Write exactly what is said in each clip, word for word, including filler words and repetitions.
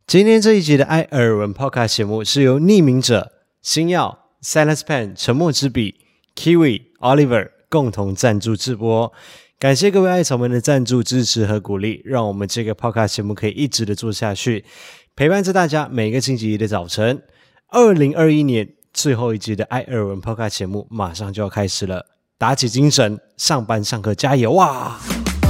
今天这一集的艾尔文 Podcast 节目是由匿名者、星耀、Silence Pen、沉默之笔、Kiwi、Oliver 共同赞助直播。感谢各位艾草们的赞助、支持和鼓励，让我们这个 Podcast 节目可以一直的做下去，陪伴着大家每个星期一的早晨。二零二一年最后一集的艾尔文 Podcast 节目马上就要开始了，打起精神，上班上课加油啊！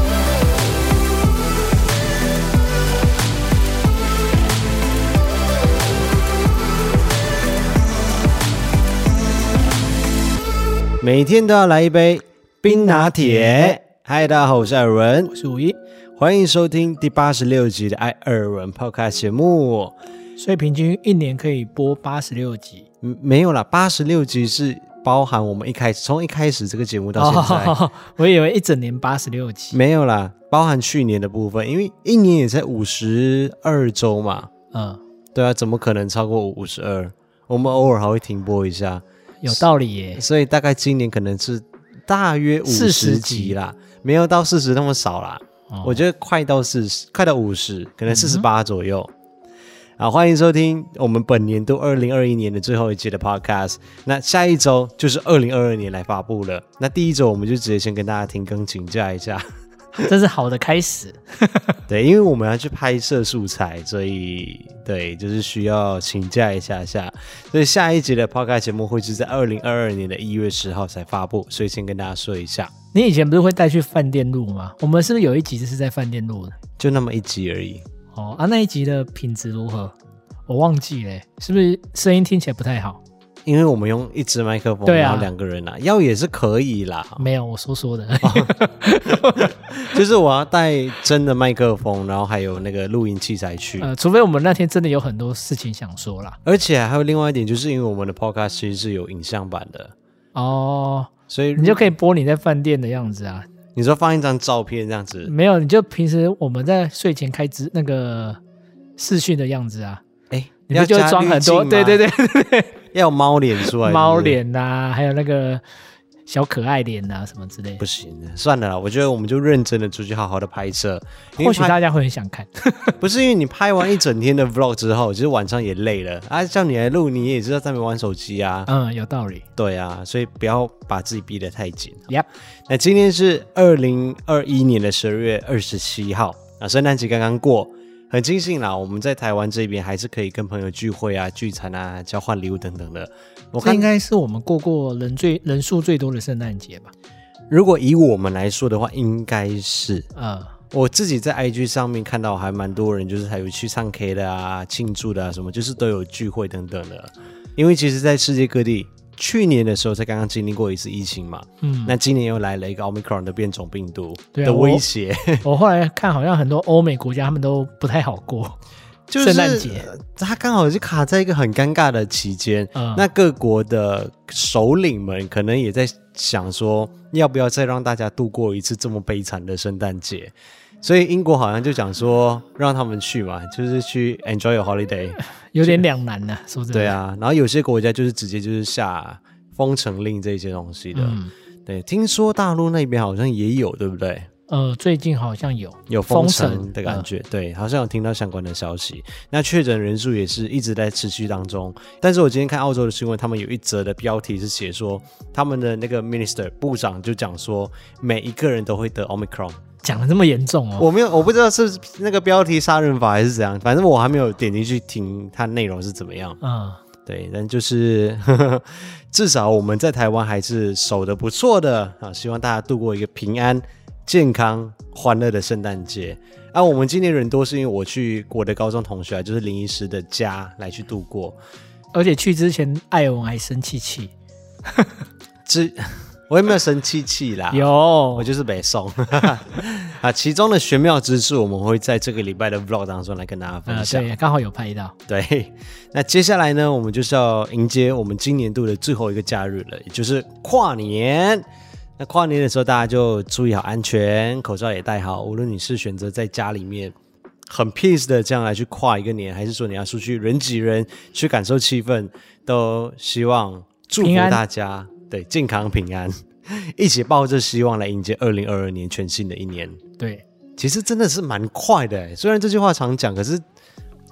每天都要来一杯冰拿铁。嗨，大家好，我是艾尔文， 我是五一， 欢迎收听第八十六集的艾尔文 Podcast 节目。 所以平均一年可以播八十六集？ 嗯，没有啦，八十六集是包含我们一开始从一开始这个节目到现在， 哦、我以为一整年八十六集。 没有啦，包含去年的部分，因为一年也才五十二周嘛。 嗯， 对啊，怎么可能超过五十二？我们偶尔还会停播一下。 有道理耶， 所以大概今年可能是大约五十集啦，没有到四十那么少啦、哦、我觉得快到四十，快到五十，可能四十八左右、嗯、好，欢迎收听我们本年度二零二一年的最后一集的 podcast。 那下一周就是二零二二年来发布了，那第一周我们就直接先跟大家停更请假一下， 这是好的开始对，因为我们要去拍摄素材，所以对，就是需要请假一下下，所以下一集的 podcast 节目会是在二零二二年的一月十号才发布，所以先跟大家说一下。 你以前不是会带去饭店录吗？我们是不是有一集是在饭店录的？ 就那么一集而已。 哦啊，那一集的品质如何？我忘记了，是不是声音听起来不太好？ 因为我们用一支麦克风， 对啊， 然后两个人啦，要也是可以啦。 没有，我说说的， 哦、就是我要带真的麦克风，然后还有那个录音器材去。 呃，除非我们那天真的有很多事情想说啦。 而且还有另外一点，就是因为我们的 podcast 其实是有影像版的哦， 所以你就可以播你在饭店的样子啊。 你说放一张照片这样子？ 没有，你就平时我们在睡前开支那个视讯的样子啊。 哎， 你不就装很多？对对对对对。 要有猫脸出来是不是， 猫脸啊，还有那个小可爱脸啊，什么之类的。 不行的，算了啦，我觉得我们就认真的出去好好的拍摄， 或许大家会很想看。 不是因为你拍完一整天的 vlog 之后，其实晚上也累了啊，叫你来录，你也知道在那边玩手机啊。 嗯，有道理。 对啊，所以不要把自己逼得太紧。 Yep。 那今天是二零二一年的十二月二十七号啊，圣诞节刚刚过。很庆幸啦，我们在台湾这边还是可以跟朋友聚会啊、聚餐啊、交换礼物等等的。 我看这应该是我们过过人最人数最多的圣诞节吧？ 如果以我们来说的话，应该是。 呃， 我自己在 I G 上面看到还蛮多人，就是还有去唱 K 的啊、庆祝的啊什么，就是都有聚会等等的。因为其实在世界各地，去年的时候才刚刚经历过一次疫情嘛，嗯，那今年又来了一个 Omicron 的变种病毒的威胁。 啊、我, 我后来看好像很多欧美国家他们都不太好过， 就是圣诞节， 它刚好就卡在一个很尴尬的期间、嗯。那各国的首领们可能也在想说，要不要再让大家度过一次这么悲惨的圣诞节？所以英国好像就讲说让他们去嘛，就是去 enjoy your holiday， 有点两难呢、啊，说真的。 对啊，然后有些国家就是直接就是下封城令这些东西的、嗯。对，听说大陆那边好像也有，对不对？ 呃，最近好像有有封城的感觉、呃，对，好像有听到相关的消息。那确诊人数也是一直在持续当中。但是我今天看澳洲的新闻，他们有一则的标题是写说，他们的那个 minister 部长就讲说，每一个人都会得 Omicron。 讲得这么严重哦？ 我没有，我不知道是那个标题杀人法还是怎样，反正我还没有点进去听它内容是怎么样。嗯，对，但就是呵呵至少我们在台湾还是守得不错的啊，希望大家度过一个平安、健康、欢乐的圣诞节。啊，我们今年人多是因为我去我的高中同学，就是林医师的家来去度过， 而且去之前艾文还生气气。 之我也没有生气气啦， 有， 我就是北宋啊。其中的玄妙之处，我们会在这个礼拜的 vlog 当中来跟大家分享。 呃、对，刚好有拍到。 对，那接下来呢，我们就是要迎接我们今年度的最后一个假日了，也就是跨年。那跨年的时候，大家就注意好安全，口罩也戴好。无论你是选择在家里面很 peace 的这样来去跨一个年，还是说你要出去人挤人去感受气氛，都希望祝福大家。对，健康平安，一起抱着希望来迎接二零二二年全新的一年。 对， 其实真的是蛮快的耶，虽然这句话常讲，可是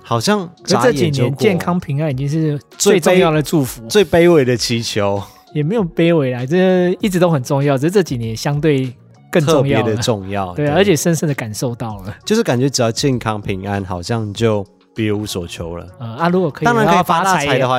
好像可是这几年健康平安已经是最重要的祝福， 最卑微的祈求， 也没有卑微啦，这一直都很重要，只是这几年相对更重要了， 特别的重要， 对，而且深深的感受到了， 就是感觉只要健康平安，好像就别无所求了。 呃啊，如果可以， 当然可以发大财的话，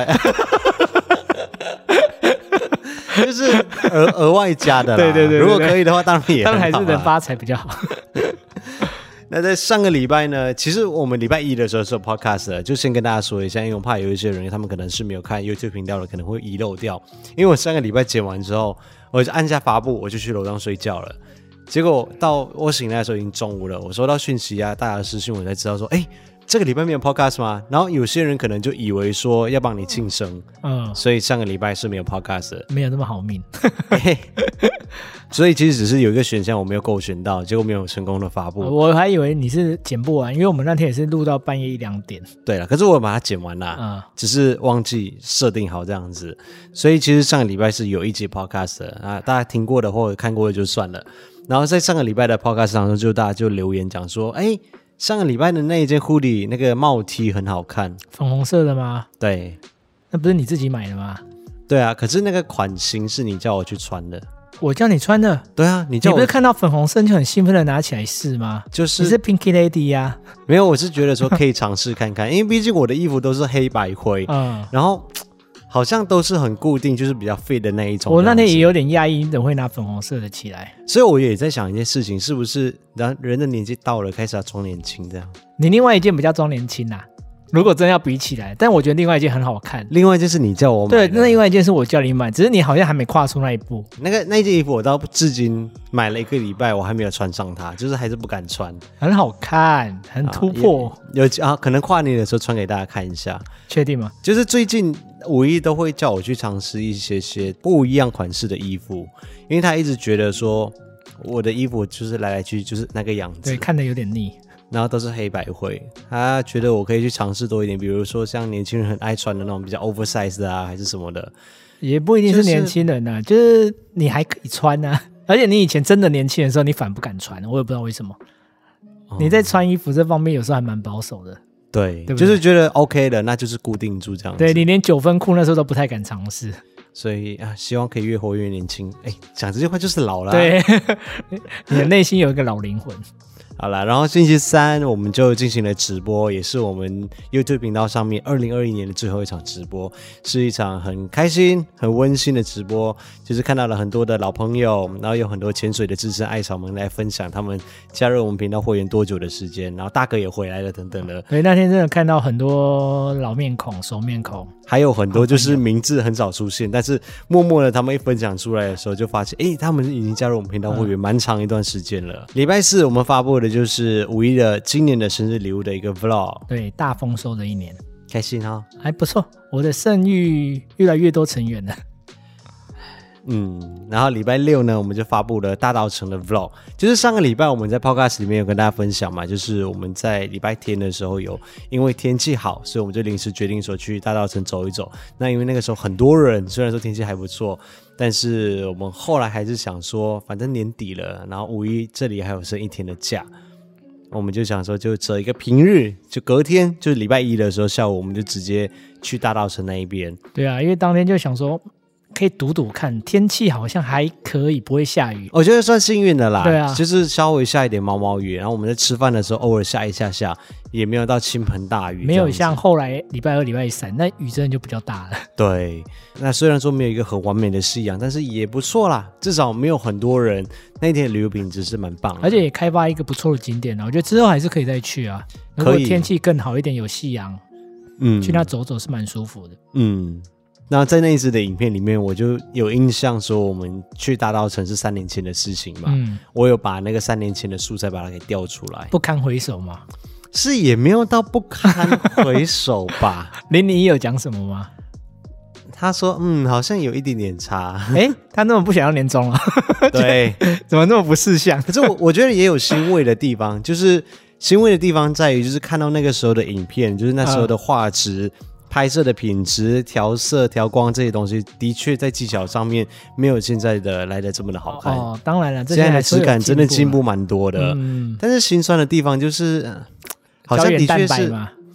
就是额额外加的啦。 对对 对, 对， 如果可以的话，当然也当然还是能发财比较好。 那在上个礼拜呢，其实我们礼拜一的时候是有 podcast 的，就先跟大家说一下，因为我怕有一些人他们可能是没有看 YouTube 频道的，可能会遗漏掉。因为我上个礼拜剪完之后，我就按下发布，我就去楼上睡觉了。结果到我醒来的时候已经中午了，我收到讯息啊，大家的私讯，我才知道说，哎，这个礼拜没有 podcast 吗？然后有些人可能就以为说要帮你庆生，嗯，所以上个礼拜是没有 podcast 的， 没有那么好命。 所以其实只是有一个选项我没有勾选到，结果没有成功的发布。 我还以为你是剪不完，因为我们那天也是录到半夜一两点。 对了，可是我把它剪完了，嗯，只是忘记设定好这样子。所以其实上个礼拜是有一集 podcast 的啊，大家听过的或者看过的就算了。然后在上个礼拜的 podcast 当中，就大家就留言讲说，哎，上个礼拜的那一件 hoodie 那个帽 T 很好看， 粉红色的吗？ 对， 那不是你自己买的吗？ 对啊，可是那个款型是你叫我去穿的。 我叫你穿的？ 对啊，你叫我， 你不是看到粉红色就很兴奋的拿起来试吗？ 就是你是 Pinky Lady 呀、啊？ 没有，我是觉得说可以尝试看看，因为毕竟我的衣服都是黑白灰，嗯，然后好像都是很固定，就是比较 fit 的那一种。 我那天也有点讶异，你怎么会拿粉红色的起来？ 所以我也在想一件事情，是不是人的年纪到了，开始要装年轻这样？ 你另外一件比较装年轻啊。如果真要比起来，但我觉得另外一件很好看。 另外一件是你叫我买的， 对，那另外一件是我叫你买，只是你好像还没跨出那一步。 那个那件衣服我到至今买了一个礼拜，我还没有穿上它，就是还是不敢穿。 很好看，很突破。 啊、有, 有啊，可能跨年的时候穿给大家看一下。 确定吗？ 就是最近五一都会叫我去尝试一些些不一样款式的衣服，因为他一直觉得说我的衣服就是来来去去就是那个样子， 对，看得有点腻。 然后都是黑白灰，他觉得我可以去尝试多一点，比如说像年轻人很爱穿的那种比较 oversize 的啊，还是什么的， 也不一定是年轻人啊，就是、就是你还可以穿啊。而且你以前真的年轻的时候，你反不敢穿，我也不知道为什么。嗯、你在穿衣服这方面有时候还蛮保守的， 对， 对不对？ 就是觉得 OK 的，那就是固定住这样子。 对，你连九分裤那时候都不太敢尝试。 所以啊，希望可以越活越年轻。哎，讲这句话就是老了、啊。 对，你的内心有一个老灵魂。 好啦，然后星期三我们就进行了直播，也是我们 YouTube 频道上面二零二一年的最后一场直播，是一场很开心很温馨的直播，就是看到了很多的老朋友，然后有很多潜水的资深爱草们来分享他们加入我们频道会员多久的时间，然后大哥也回来了等等的。 对，那天真的看到很多老面孔熟面孔， 还有很多就是名字很少出现，但是默默的他们一分享出来的时候就发现，诶，他们已经加入我们频道会员蛮长一段时间了。礼拜四我们发布的就是五一的今年的生日礼物的一个 vlog， 对，大丰收的一年， 开心哈、哦， 还不错，我的剩余越来越多成员了。 嗯，然后礼拜六呢，我们就发布了大稻埕的 vlog， 就是上个礼拜我们在 podcast 里面有跟大家分享嘛，就是我们在礼拜天的时候有因为天气好，所以我们就临时决定说去大稻埕走一走。那因为那个时候很多人，虽然说天气还不错，但是我们后来还是想说，反正年底了，然后五一这里还有剩一天的假，我们就想说就择一个平日，就隔天就是礼拜一的时候下午，我们就直接去大稻埕那一边。 对啊，因为当天就想说可以赌赌看，天气好像还可以，不会下雨。 我觉得算幸运的啦， 对啊， 就是稍微下一点毛毛雨，然后我们在吃饭的时候偶尔下一下下，也没有到倾盆大雨， 没有像后来礼拜二、礼拜三，那雨真的就比较大了。 对，那虽然说没有一个很完美的夕阳，但是也不错啦，至少没有很多人，那一天的旅游品质是蛮棒的， 而且也开发一个不错的景点，我觉得之后还是可以再去啊。如果天气更好一点，有夕阳，嗯，去那走走是蛮舒服的， 嗯。那在那一支的影片里面，我就有印象说我们去大稻埕是三年前的事情嘛，嗯，我有把那个三年前的素材把它给调出来， 不堪回首吗？ 是也没有到不堪回首吧。 林妮有讲什么吗？ 他说嗯好像有一点点差。 诶，他那么不想要年终啊？ 对， 怎么那么不识相？ 可是我我觉得也有欣慰的地方，就是欣慰的地方在于就是看到那个时候的影片，就是那时候的画质、嗯、拍摄的品质、调色、调光这些东西，的确在技巧上面没有现在的来的这么的好看。 哦，当然了，这些现在的质感真的进步蛮多的。 嗯， 但是心酸的地方就是，好像的确是，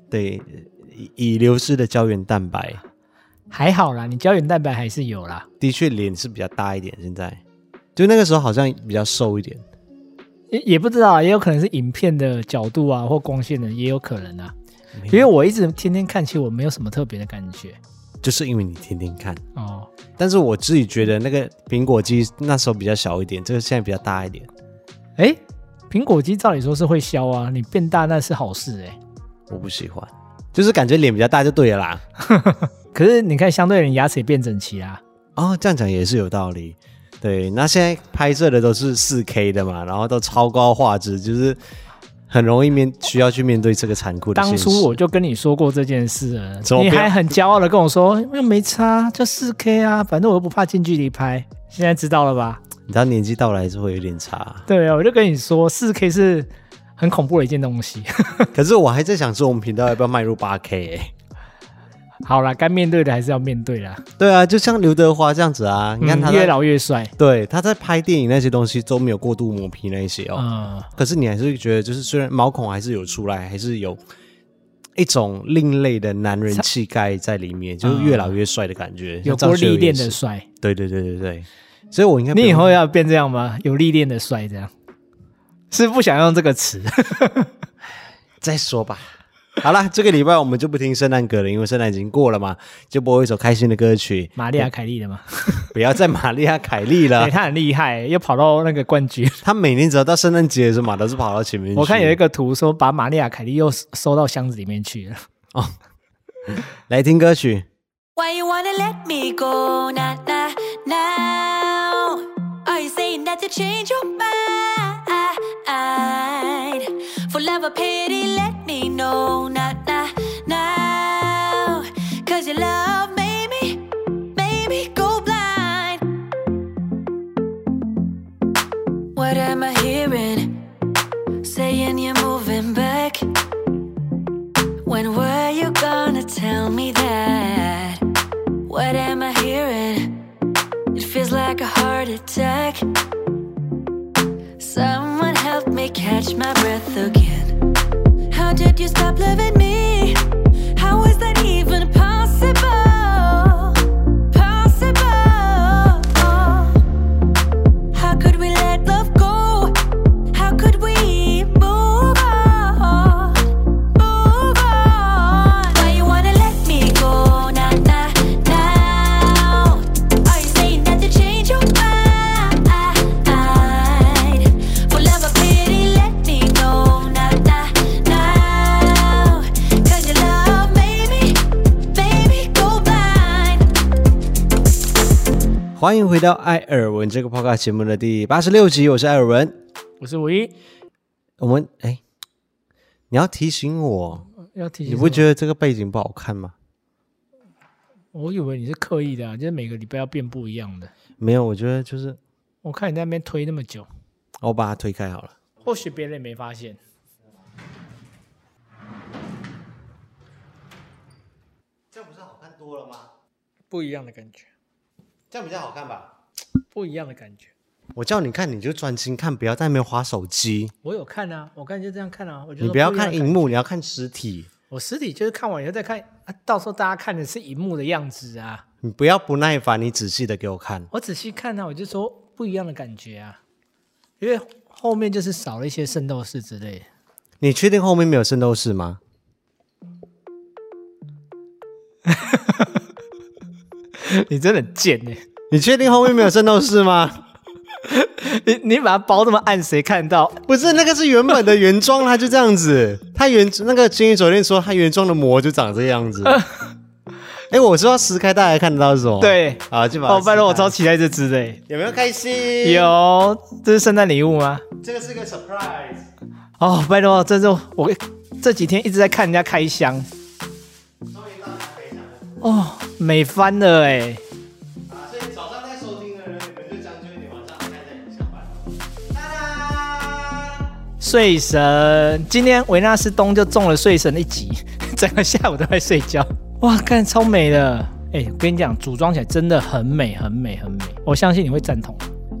对，已流失的胶原蛋白。 还好啦，你胶原蛋白还是有啦。 的确脸是比较大一点，现在就那个时候好像比较瘦一点。 也也不知道，也有可能是影片的角度啊，或光线的，也有可能啊。因为我一直天天看，其实我没有什么特别的感觉。 就是因为你天天看哦。 但是我自己觉得那个苹果肌那时候比较小一点，这个现在比较大一点。 哎，苹果肌照理说是会消啊，你变大那是好事哎。 我不喜欢，就是感觉脸比较大就对了啦。 可是你看，相对人牙齿也变整齐啦。 哦，这样讲也是有道理。对，那现在拍摄的都是 四 K 的嘛，然后都超高画质，就是很容易面需要去面对这个残酷的现实。 当初我就跟你说过这件事了，你还很骄傲的跟我说又没差，就 四 K 啊，反正我又不怕近距离拍。现在知道了吧？ 你知道年纪到了还是会有点差。 对啊，我就跟你说 四 K 是很恐怖的一件东西。 可是我还在想说我们频道要不要迈入 八 K 欸。 好啦，该面对的还是要面对啦。 对啊，就像刘德华这样子啊，你看他、 嗯、越老越帅。 对，他在拍电影那些东西都没有过度磨皮那一些哦。 嗯。 可是你还是觉得，就是虽然毛孔还是有出来，还是有一种另类的男人气概在里面，就是越老越帅的感觉， 嗯、有过历练的帅。 对对对对对，所以我应该你以后要变这样吗？有历练的帅这样？是不想用这个词？ 再说吧。好啦，这个礼拜我们就不听圣诞歌了，因为圣诞已经过了嘛，就播一首开心的歌曲。 玛丽亚凯莉的吗？ 不要再玛丽亚凯莉了。 欸、他很厉害，又跑到那个冠军。 他每年只要到圣诞节的时候嘛，都是跑到前面去。 我看有一个图说，把玛丽亚凯莉又收到箱子里面去了。哦， 来听歌曲。 Why you wanna let me go now, now, now? Are you saying that to change your mind? For love or pity, let me know now, now, now. Cause your love made me, made me go blind. What am I hearing? Saying you're moving back. When were you gonna tell me that? What am I hearing? It feels like a heart attack. Someone help me catch my breath again. How did you stop loving me? How is that even possible? Possible. How could we let love go? How could we move on? Move on. Why you wanna let me go now, now, now? Are you saying that to change your mind? For love or pity, let me know now, now, now. Cause your love made me, made me go blind. 欢迎回到艾尔文这个 podcast 节目的第八十六集，我是艾尔文， 我是唯一。 我们哎，你要提醒我， 要提醒你不觉得这个背景不好看吗？ 我以为你是刻意的啊，就是每个礼拜要变不一样的。 没有，我觉得就是我看你在那边推那么久， 我把它推开好了。 或许别人也没发现。 这样不是好看多了吗？ 不一样的感觉， 这样比较好看吧？ 不一样的感觉。 我叫你看，你就专心看，不要在那边滑手机。 我有看啊，我刚才就这样看啊。我就你不要看荧幕，你要看实体。 我实体就是看完以后再看、啊，到时候大家看的是荧幕的样子啊。 你不要不耐烦，你仔细的给我看。 我仔细看啊，我就说不一样的感觉啊，因为后面就是少了一些圣斗士之类的。 你确定后面没有圣斗士吗？ 你真的很贱耶、欸！ 你确定后面没有圣斗士吗？ 你你把它包那么暗，谁看到？ 不是，那个是原本的原装，它就这样子。它原那个金鱼酒店说，它原装的膜就长这个样子。哎、欸，我说要撕开，大家看得到是什么？ 对， 好，就把它哦，拜托，我超期待这只的、欸。 有没有开心？ 有，这是圣诞礼物吗？ 这个是个 surprise。 哦，拜托，这是我这几天一直在看人家开箱。 终于到台北了。 哦，美翻了哎、欸。睡神，今天维纳斯东就中了睡神一集，整个下午都在睡觉。哇，看超美的！哎、欸，我跟你讲，组装起来真的很美，很美，很美。我相信你会赞同。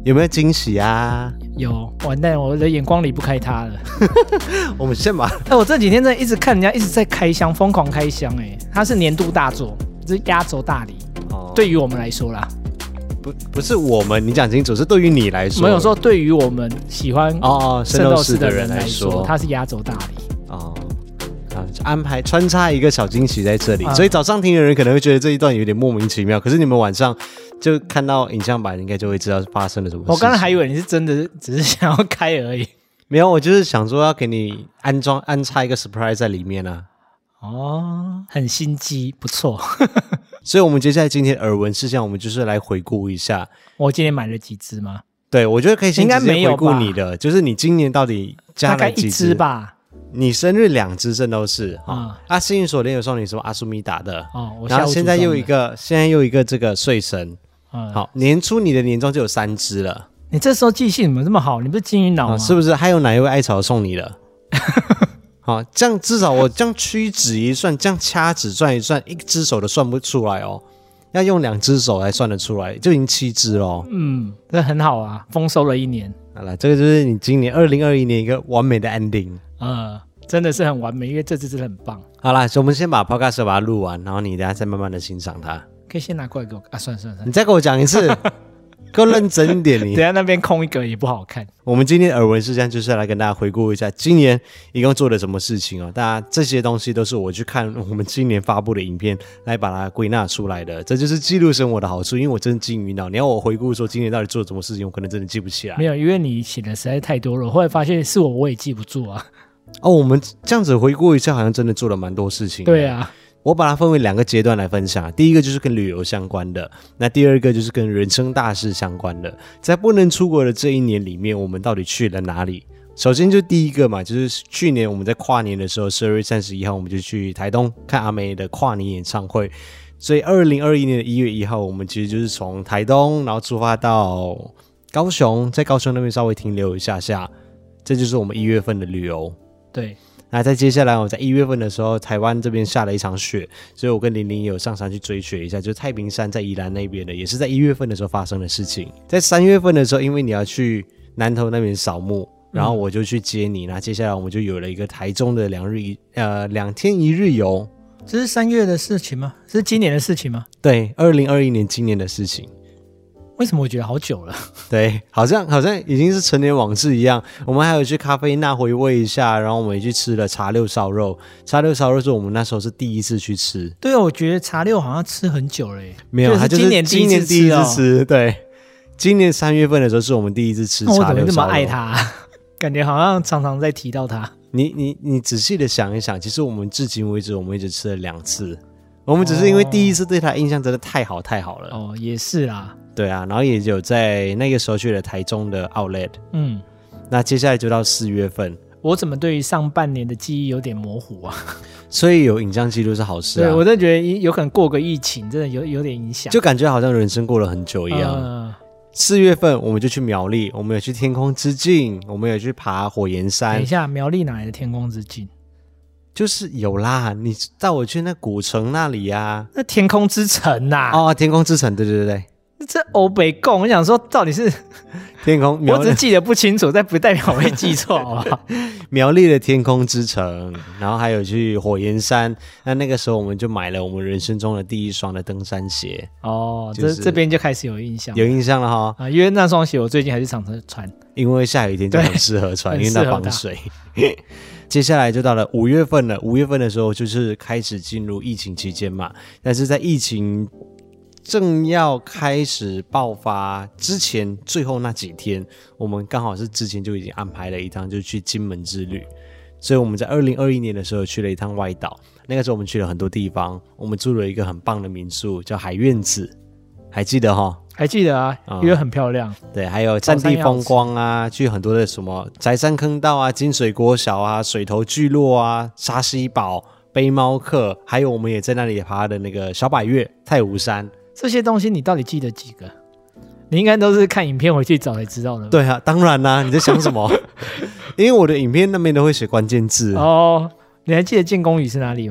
有没有惊喜啊？ 有，完蛋，我的眼光离不开它了。 我们先把哎，我这几天真的一直看人家一直在开箱，疯狂开箱，哎，它是年度大作，这是压轴大礼。哦，对于我们来说啦， 不不是我们，你讲清楚，是对于你来说。 没有说对于我们喜欢哦圣斗士的人来说，它是压轴大礼。 哦。安排穿插一个小惊喜在这里、啊、所以早上听的人可能会觉得这一段有点莫名其妙，可是你们晚上就看到影像版应该就会知道发生了什么事情。 我刚才还以为你是真的只是想要开而已。 没有，我就是想说要给你安装安插一个 surprise 在里面啊。 哦，很心机，不错。 所以我们接下来今天耳闻事项我们就是来回顾一下我今天买了几只吗？ 对，我觉得可以先直接回顾你的，就是你今年到底加了几只？大概一只吧。你生日两只圣斗士啊，啊，幸运锁链有送你什么阿苏米达的哦，我然后现在又一个，现在又一个这个睡神，嗯，好，年初你的年终就有三只了。 你这时候记性怎么这么好？你不是金鱼脑吗、 啊？是不是？还有哪一位爱草送你的？好，这样至少我这样屈指一算，这样掐指算一算，一只手都算不出来哦，要用两只手才算得出来，就已经七只了。 嗯，这很好啊，丰收了一年。 好了，这个就是你今年二零二一年一个完美的 ending。 嗯，真的是很完美，因为这支真的很棒。 好啦，我们先把 podcast 把它录完，然后你等一下再慢慢的欣赏它。 可以先拿过来给我啊，算了算了， 你再给我讲一次，够认真一点你。 等一下那边空一格也不好看。 我们今天耳闻事项就是来跟大家回顾一下今年一共做了什么事情哦。大家这些东西都是我去看我们今年发布的影片来把它归纳出来的，这就是记录生活的好处。因为我真的金鱼脑，你要我回顾说今年到底做了什么事情，我可能真的记不起来。 没有，因为你写的实在太多了，我后来发现是我我也记不住啊。 哦，我们这样子回顾一下，好像真的做了蛮多事情。 对啊， 我把它分为两个阶段来分享。第一个就是跟旅游相关的，那第二个就是跟人生大事相关的。在不能出国的这一年里面，我们到底去了哪里？首先就第一个嘛，就是去年我们在跨年的时候，十二月三十一号，我们就去台东看阿妹的跨年演唱会。所以二零二一年的一月一号，我们其实就是从台东，然后出发到高雄，在高雄那边稍微停留一下下，这就是我们一月份的旅游。对，那在接下来我在一月份的时候，台湾这边下了一场雪，所以我跟玲玲也有上山去追雪一下，就是太平山在宜兰那边的，也是在一月份的时候发生的事情。在三月份的时候，因为你要去南投那边扫墓，然后我就去接你，那接下来我们就有了一个台中的两日一呃两天一日游。 这是三月的事情吗？是今年的事情吗？ 对，二零二一年今年的事情。 为什么我觉得好久了？ 对，好像好像已经是陈年往事一样。我们还有去咖啡那回味一下，然后我们也去吃了茶六烧肉。茶六烧肉是我们那时候是第一次去吃。 对啊，我觉得茶六好像吃很久了耶。 没有，它就是今年第一次吃、哦、吃。对，今年三月份的时候是我们第一次吃茶六烧肉。 我怎么这么爱它？感觉好像常常在提到它。 你你你仔细的想一想，其实我们至今为止我们一直吃了两次。我们只是因为第一次对它印象真的太好太好了。 哦，也是啦。 对啊，然后也有在那个时候去了台中的 Outlet。嗯，那接下来就到四月份。 我怎么对于上半年的记忆有点模糊啊？ 所以有影像记录是好事啊。 对，我真的觉得有可能过个疫情，真的有有点影响， 就感觉好像人生过了很久一样。呃四月份我们就去苗栗，我们有去天空之境，我们有去爬火焰山。 等一下，苗栗哪来的天空之境？ 就是有啦，你带我去那古城那里啊。 那天空之城呐、 啊？哦，天空之城，对对对。 这欧北共，我想说到底是天空， 我只记得不清楚，但不代表我会记错，好不好？ 苗栗的天空之城，然后还有去火焰山。那那个时候我们就买了我们人生中的第一双的登山鞋。哦， 就是、这这边就开始有印象， 有印象了哈。 啊，因为那双鞋我最近还是常常穿， 因为下雨天就很适合穿，因为它防水。接下来就到了五月份了，五月份的时候就是开始进入疫情期间嘛，但是在疫情正要开始爆发之前，最后那几天，我们刚好是之前就已经安排了一趟，就去金门之旅。所以我们在二零二一年的时候去了一趟外岛，那个时候我们去了很多地方，我们住了一个很棒的民宿，叫海院子，还记得齁？ 还记得啊，嗯、因为很漂亮。 对，还有战地风光啊，去很多的什么宅山坑道啊、金水国小啊、水头聚落啊、沙溪堡、背猫客，还有我们也在那里爬的那个小百岳、太武山。 这些东西你到底记得几个？你应该都是看影片回去找才知道的。 对啊，当然啦，你在想什么？因为我的影片那边都会写关键字。 哦，你还记得建功屿是哪里吗？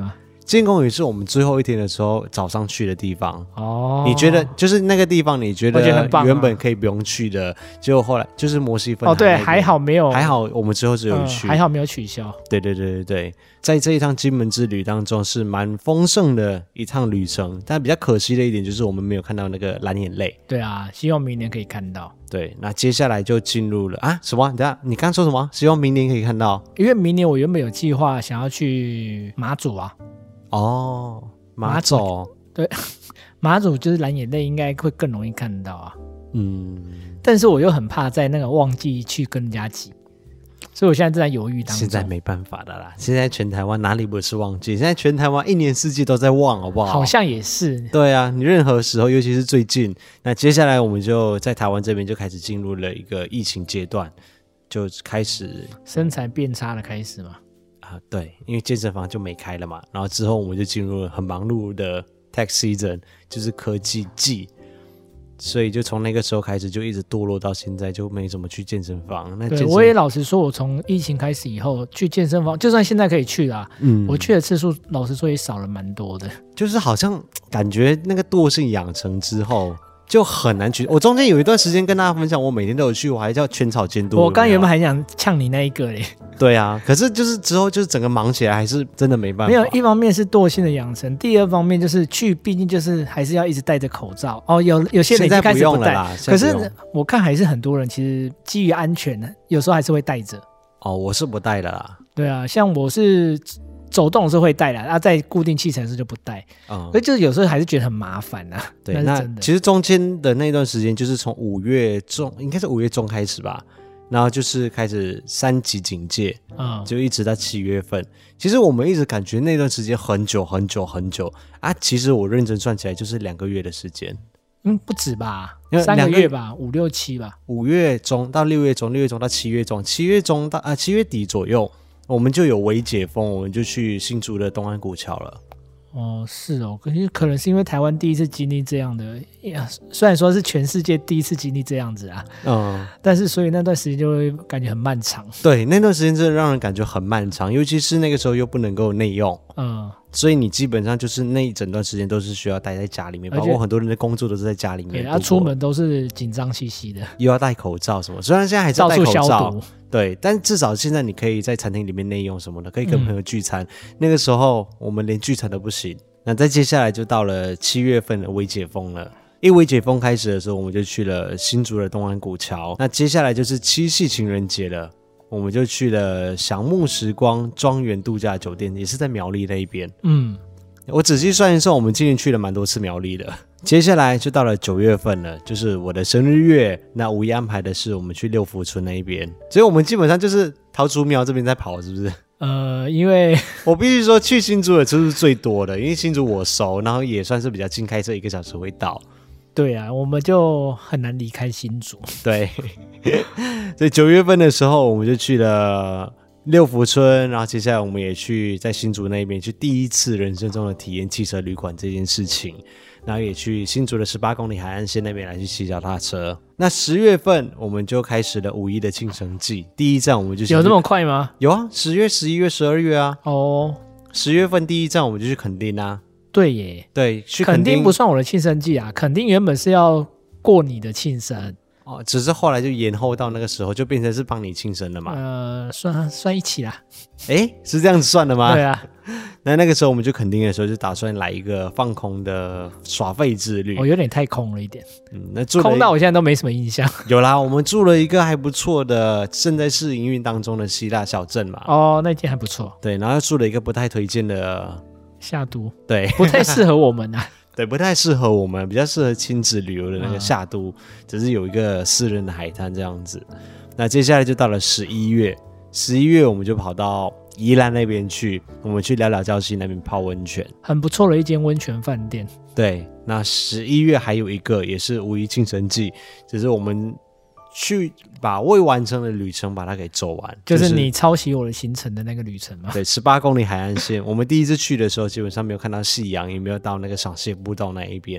纪念公园是我们最后一天的时候早上去的地方哦。 你觉得就是那个地方，你觉得原本可以不用去的， 啊、 结果后来就是摩西分海、那个、哦，对，还好没有， 还好我们最后只有去、 嗯，还好没有取消。 对对对对对，在这一趟金门之旅当中是蛮丰盛的一趟旅程，但比较可惜的一点就是我们没有看到那个蓝眼泪。 对啊，希望明年可以看到。 对，那接下来就进入了啊什么？等一下，你刚刚说什么？希望明年可以看到？ 因为明年我原本有计划想要去马祖啊。 哦，马祖， 马祖对，马祖就是蓝眼泪应该会更容易看到啊。 嗯， 但是我又很怕在那个旺季去跟人家挤，所以我现在正在犹豫当中。 现在没办法的啦，现在全台湾哪里不是旺季？现在全台湾一年四季都在旺，好不好？ 好像也是。 对啊，你任何时候，尤其是最近，那接下来我们就在台湾这边就开始进入了一个疫情阶段，就开始身材变差的开始嘛。 啊，对，因为健身房就没开了嘛，然后之后我们就进入了很忙碌的 tech season， 就是科技季。所以就从那个时候开始就一直堕落到现在，就没怎么去健身房。那健身对，我也老实说，我从疫情开始以后去健身房，就算现在可以去啦，嗯，我去的次数老实说也少了蛮多的。 就是好像感觉那个惰性养成之后就很难去。我中间有一段时间跟大家分享，我每天都有去，我还叫圈草监督。 我刚原本还想呛你那一个嘞。 对啊，可是就是之后就是整个忙起来，还是真的没办法。 没有，一方面是惰性的养成，第二方面就是去，毕竟就是还是要一直戴着口罩。哦，有有些人一开始不戴，可是我看还是很多人其实基于安全呢，有时候还是会戴着。 哦，我是不戴的啦。 对啊，像我是走动是会戴的，啊，在固定器材时就不戴。嗯，所以就是有时候还是觉得很麻烦啊。 对，那其实中间的那段时间就是从五月中，应该是五月中开始吧。然后就是开始三级警戒，嗯，就一直到七月份。其实我们一直感觉那段时间很久很久很久啊，其实我认真算起来就是两个月的时间。 嗯，不止吧，三个月吧，五六七吧。 五月中到六月中，六月中到七月中，七月中到啊七月底左右，我们就有微解封，我们就去新竹的东安古桥了。 哦，是哦，可是可能是因为台湾第一次经历这样的，虽然说是全世界第一次经历这样子啊，嗯，但是所以那段时间就会感觉很漫长。 对，那段时间真的让人感觉很漫长，尤其是那个时候又不能够内用，嗯，所以你基本上就是那一整段时间都是需要待在家里面，包括很多人的工作都是在家里面， 对，他出门都是紧张兮兮的， 又要戴口罩什么，虽然现在还是要戴口罩， 到处消毒。 对，但至少现在你可以在餐厅里面内用什么的，可以跟朋友聚餐。嗯、那个时候我们连聚餐都不行。那再接下来就到了七月份的微解封了。一微解封开始的时候，我们就去了新竹的东安古桥。那接下来就是七夕情人节了，我们就去了享沐时光庄园度假酒店，也是在苗栗那一边。嗯，我仔细算一算，我们今年去了蛮多次苗栗的。接下来就到了九月份了，就是我的生日月。那五一安排的是我们去六福村那一边，所以我们基本上就是桃竹苗这边在跑，是不是？ 呃，因为我必须说去新竹的次数最多的，因为新竹我熟，然后也算是比较近，开车一个小时会到。 对啊，我们就很难离开新竹。 对，所以九月份的时候，我们就去了六福村，然后接下来我们也去在新竹那边去第一次人生中的体验汽车旅馆这件事情。然后也去新竹的十八公里海岸线那边来去骑脚踏车。那十月份我们就开始了五一的庆生季，第一站我们就有这么快吗？ 有啊，十月、十一月、十二月啊。 哦， 十月份第一站我们就去垦丁啊。 对耶， 对，去垦丁不算我的庆生季啊，垦丁原本是要过你的庆生。 哦，只是后来就延后到那个时候，就变成是帮你庆生了嘛。 呃，算算一起啦。 哎，是这样子算的吗？ 对啊。 那那个时候我们就垦丁的时候，就打算来一个放空的耍废之旅。 哦，有点太空了一点。 嗯，那住空到我现在都没什么印象。 有啦，我们住了一个还不错的，正在试营运当中的希腊小镇嘛。 哦，那间还不错。 对，然后住了一个不太推荐的夏都。 对， 不太适合我们啊。 对，不太适合我们，比较适合亲子旅游的那个夏都，嗯、只是有一个私人的海滩这样子。那接下来就到了十一月，十一月我们就跑到宜兰那边去，我们去了了礁溪那边泡温泉， 很不错的一间温泉饭店。 对，那十一月还有一个也是五一庆生季，只是我们去把未完成的旅程把它给走完， 就是、就是你抄袭我的行程的那个旅程嘛。 对，十八公里海岸线，我们第一次去的时候基本上没有看到夕阳，也没有到那个赏蟹步道那一边，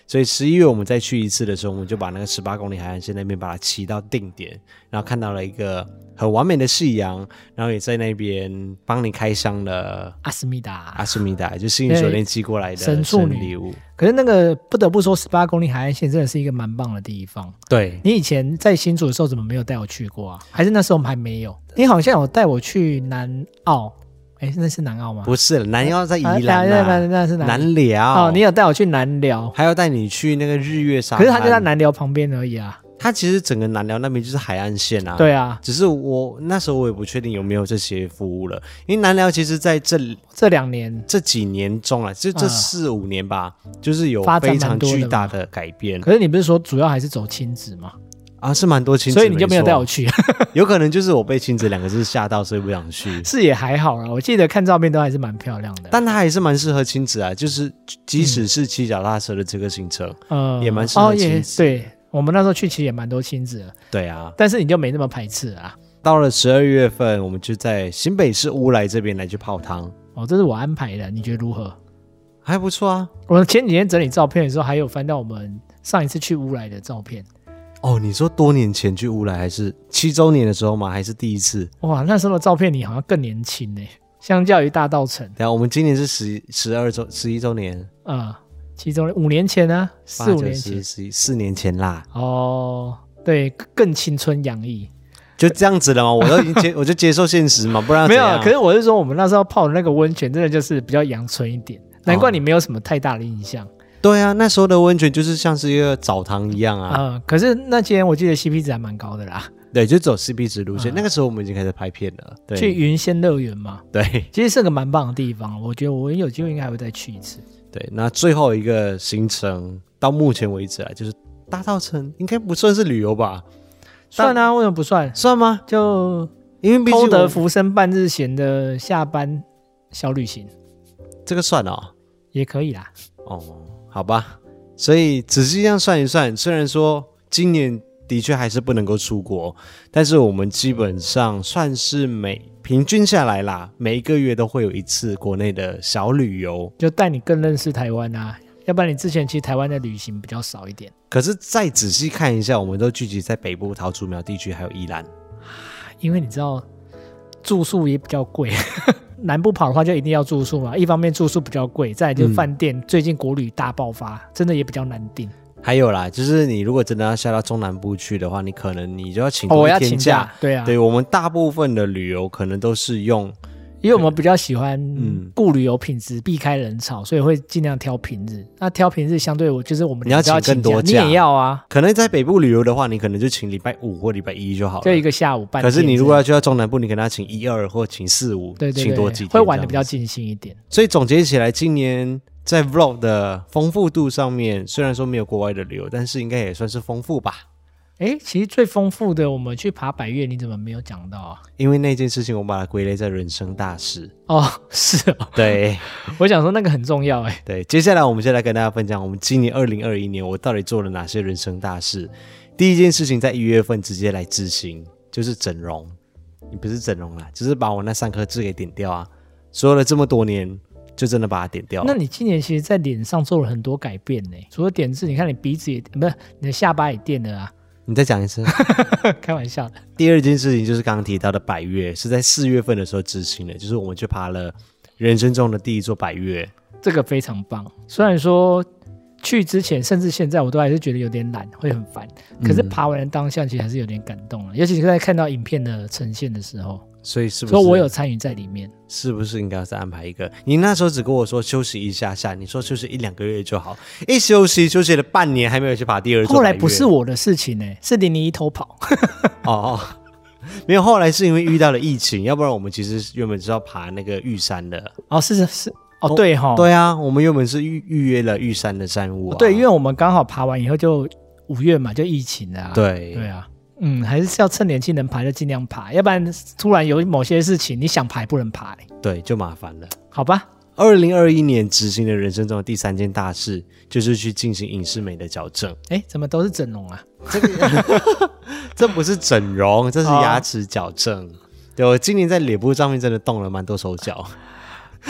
所以十一月我们再去一次的时候，我们就把那个十八公里海岸线那边把它骑到定点，然后看到了一个很完美的夕阳，然后也在那边帮你开箱了阿斯密达， 阿斯密达就星宇酒店寄过来的神处女礼物。 可是那个不得不说，十八公里海岸线真的是一个蛮棒的地方。 对， 你以前在新竹的时候怎么没有带我去过啊？还是那时候我们还没有？你好像有带我去南澳。哎，那是南澳吗？ 不是，南澳在宜兰啦、 啊啊、那是 南, 南寮。 哦，你有带我去南寮， 还要带你去那个日月沙滩。可是它就在南寮旁边而已啊。 它其实整个南寮那边就是海岸线啊。 对啊， 只是我那时候我也不确定有没有这些服务了，因为南寮其实在这这两年这几年中啊，就这四五年吧、嗯，就是有非常巨大的改变。 可是你不是说主要还是走亲子吗？ 啊，是蛮多亲子， 所以你就没有带我去。 有可能就是我被亲子两个字吓到，所以不想去。 是也还好啦，我记得看照片都还是蛮漂亮的， 但它还是蛮适合亲子啊，就是即使是骑脚踏车的这个行程，嗯，也蛮适合亲子、 哦、对，我们那时候去其实也蛮多亲子的。 对啊， 但是你就没那么排斥啊。 到了十二月份，我们就在新北市乌来这边来去泡汤。 哦，这是我安排的，你觉得如何？ 还不错啊。 我前几天整理照片的时候，还有翻到我们上一次去乌来的照片。 哦，你说多年前去乌来，还是七周年的时候吗？还是第一次？ 哇，那时候的照片你好像更年轻耶，相较于大稻埕。 等一下，我们今年是十十二周十一周年啊、嗯，七周年五年前啊，四五年前， 十四年前啦。 哦，对，更青春洋溢， 就这样子了吗？我都已经接，我就接受现实嘛，不然没有。可是我是说，我们那时候泡的那个温泉，真的就是比较阳春一点，难怪你没有什么太大的印象。哦， 对啊，那时候的温泉就是像是一个澡堂一样啊。 嗯，可是那间我记得 C P 值还蛮高的啦。 对，就走 C P 值路线、嗯。那个时候我们已经开始拍片了。对， 去云仙乐园嘛。 对， 其实是个蛮棒的地方，我觉得我有机会应该还会再去一次。 对，那最后一个行程到目前为止啊，就是大稻埕，应该不算是旅游吧？ 算啊，为什么不算？ 算吗？ 就因为偷得浮生半日闲的下班小旅行， 这个算哦， 也可以啦。 哦，好吧。所以仔细这样算一算，虽然说今年的确还是不能够出国，但是我们基本上算是每平均下来啦，每一个月都会有一次国内的小旅游， 就带你更认识台湾啊。要不然你之前其实台湾的旅行比较少一点。 可是再仔细看一下，我们都聚集在北部桃竹苗地区还有宜兰， 因为你知道住宿也比较贵。南部跑的话就一定要住宿嘛，一方面住宿比较贵，再来就是饭店、嗯、最近国旅大爆发，真的也比较难订。 还有啦，就是你如果真的要下到中南部去的话，你可能你就要请多一天假、哦、 我要请假。对啊， 对，我们大部分的旅游可能都是用， 因为我们比较喜欢顾旅游品质，避开人潮，所以会尽量挑平日。那挑平日相对我就是我们你要请更多假， 你也要啊。 可能在北部旅游的话，你可能就请礼拜五或礼拜一就好了， 就一个下午半天。 可是你如果要去到中南部，你可能要请一二或请四五， 对对对， 请多几天， 会玩的比较尽兴一点。 所以总结起来，今年在 vlog 的丰富度上面，虽然说没有国外的旅游，但是应该也算是丰富吧。 哎，其实最丰富的，我们去爬百岳，你怎么没有讲到啊？ 因为那件事情，我把它归类在人生大事。 哦，是哦。 对， 我想说那个很重要哎。 对，接下来我们就来跟大家分享，我们今年二零二一年我到底做了哪些人生大事。第一件事情在一月份直接来执行，就是整容。你不是整容啦，就是把我那三颗痣给点掉啊！说了这么多年，就真的把它点掉了。 那你今年其实在脸上做了很多改变呢，除了点痣，你看你鼻子也不是，你的下巴也垫了啊。 你再讲一次。 开玩笑的。 第二件事情就是刚刚提到的百岳，是在四月份的时候执行的，就是我们去爬了人生中的第一座百岳， 这个非常棒。虽然说去之前甚至现在我都还是觉得有点懒，会很烦，可是爬完的当下其实还是有点感动了，尤其是在看到影片的呈现的时候。 所以是不是？ 所以我有参与在里面。 是不是应该要再安排一个？你那时候只跟我说休息一下下，你说休息一两个月就好，一休息休息了半年还没有去爬第二座。 后来不是我的事情呢、欸，是零零一偷跑。 哦，没有，后来是因为遇到了疫情，要不然我们其实原本是要爬那个玉山的。 哦，是是哦，对哈、哦， 对啊，我们原本是预预约了玉山的山屋、啊哦。 对，因为我们刚好爬完以后就五月嘛，就疫情了、啊。 对对啊。嗯，还是要趁年轻能爬就尽量爬，要不然突然有某些事情你想爬不能爬、欸、对， 就麻烦了。 好吧。 二零二一年执行的人生中的第三件大事，就是去进行影视美的矫正。 哎，怎么都是整容啊？ 这个这不是整容，这是牙齿矫正。哦、对，我今年在脸部上面真的动了蛮多手脚。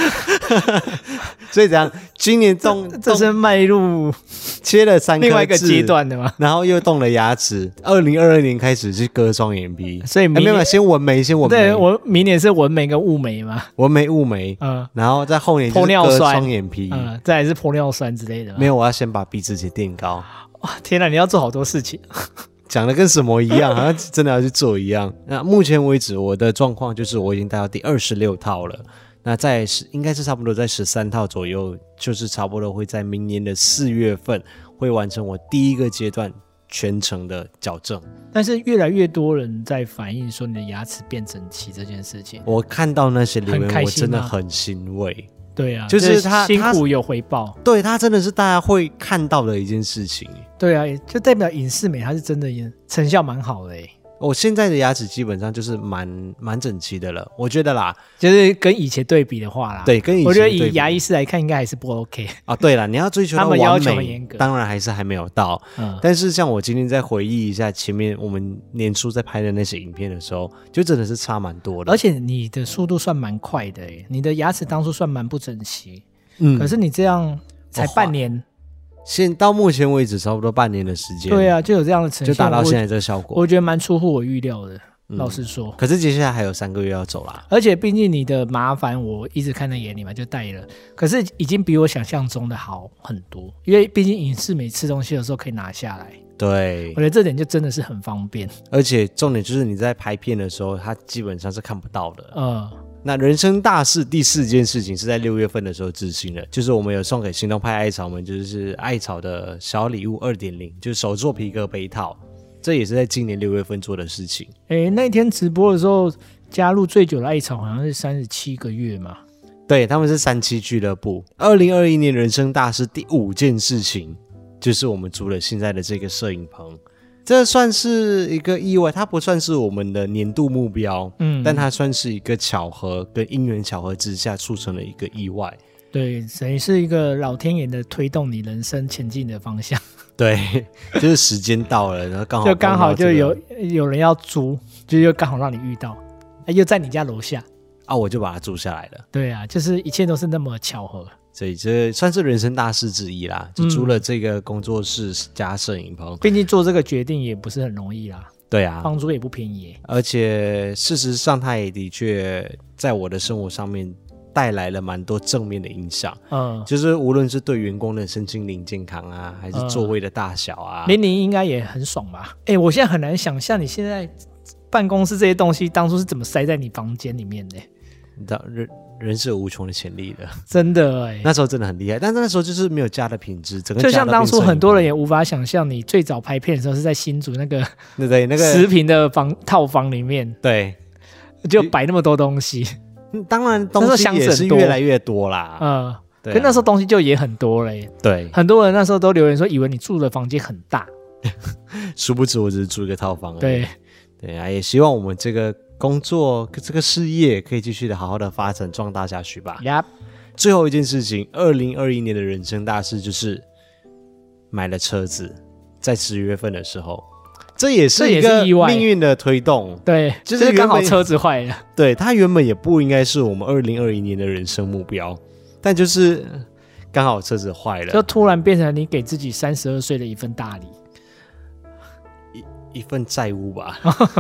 所以怎样？今年动这, 这是迈入切了三颗另外一个阶段的吗？ 然后又动了牙齿。二零二二年开始是割双眼皮， 所以明年、 哎、没有先纹眉，先纹眉。 对，我明年是纹眉跟雾眉嘛， 纹眉雾眉，嗯，然后在后年就是割双眼皮， 嗯，再来是玻尿酸之类的。 没有，我要先把鼻子给垫高。 哇，天哪，你要做好多事情。 讲的跟什么一样，好像真的要去做一样。那目前为止，我的状况就是我已经带到第二十六套了。那在应该是差不多在十三套左右，就是差不多会在明年的四月份会完成我第一个阶段全程的矫正。 但是越来越多人在反映说你的牙齿变整齐这件事情， 我看到那些留言，我真的很欣慰。 对啊， 就是他辛苦有回报， 对他真的是大家会看到的一件事情。 对啊，就代表隐适美它是真的成效蛮好的诶。 我现在的牙齿基本上就是蛮蛮整齐的了，我觉得啦， 就是跟以前对比的话啦， 对，跟以前我觉得以牙医师来看，应该还是不 OK 啊。对啦，你要追求到完美， 他们要求很严格， 当然还是还没有到。嗯，但是像我今天在回忆一下前面我们年初在拍的那些影片的时候，就真的是差蛮多的。 而且你的速度算蛮快的诶，你的牙齿当初算蛮不整齐，嗯，可是你这样才半年。哦， 现到目前为止差不多半年的时间， 对啊，就有这样的呈现， 就达到现在这个效果， 我, 我觉得蛮出乎我预料的、嗯、老实说。 可是接下来还有三个月要走啦， 而且毕竟你的麻烦我一直看在眼里嘛，就带了，可是已经比我想象中的好很多，因为毕竟隐适美吃东西的时候可以拿下来， 对， 我觉得这点就真的是很方便。 而且重点就是你在拍片的时候它基本上是看不到的。嗯，那人生大事第四件事情是在六月份的时候执行的，就是我们有送给行动派艾草们，就是艾草的小礼物 二点零， 就是手作皮革杯套，这也是在今年六月份做的事情。 诶，那天直播的时候加入最久的艾草好像是三十七个月嘛， 对，他们是三七俱乐部。二零二一年人生大事第五件事情就是我们租了现在的这个摄影棚，这算是一个意外，它不算是我们的年度目标，嗯，但它算是一个巧合，跟因缘巧合之下促成了一个意外。 对，等于是一个老天爷的推动你人生前进的方向。 对，就是时间到了，然后刚好、这个、 就刚好就有有人要租，就又刚好让你遇到，又在你家楼下啊，我就把它租下来了。 对啊，就是一切都是那么巧合。 所以这算是人生大事之一啦，就租了这个工作室加摄影棚、嗯、 毕竟做这个决定也不是很容易啦。 对啊， 房租也不便宜， 而且事实上它也的确在我的生活上面带来了蛮多正面的影响。嗯，就是无论是对员工的身心灵健康啊，还是座位的大小啊， 林林应该也很爽吧。哎，我现在很难想象你现在办公室这些东西当初是怎么塞在你房间里面的。 你知道人人是有无穷的潜力的， 真的哎， 那时候真的很厉害，但是那时候就是没有家的品质，整个就像当初很多人也无法想象，你最早拍片的时候是在新竹那个对对那个十坪的房套房里面， 对， 就摆那么多东西。 当然东西也是越来越多啦，嗯， 对、啊，可那时候东西就也很多嘞。 对， 很多人那时候都留言说，以为你住的房间很大， 殊不知我只是住一个套房而已。 对， 对啊，也希望我们这个工作这个事业可以继续的好好的发展壮大下去吧。 Yep. 最后一件事情，二零二一年的人生大事就是买了车子，在十月份的时候，这也是一个命运的推动。 对，就是刚好车子坏了。 对，它原本也不应该是我们二零二一年的人生目标，但就是刚好车子坏了， 就突然变成你给自己三十二岁的一份大礼。 一份债务吧。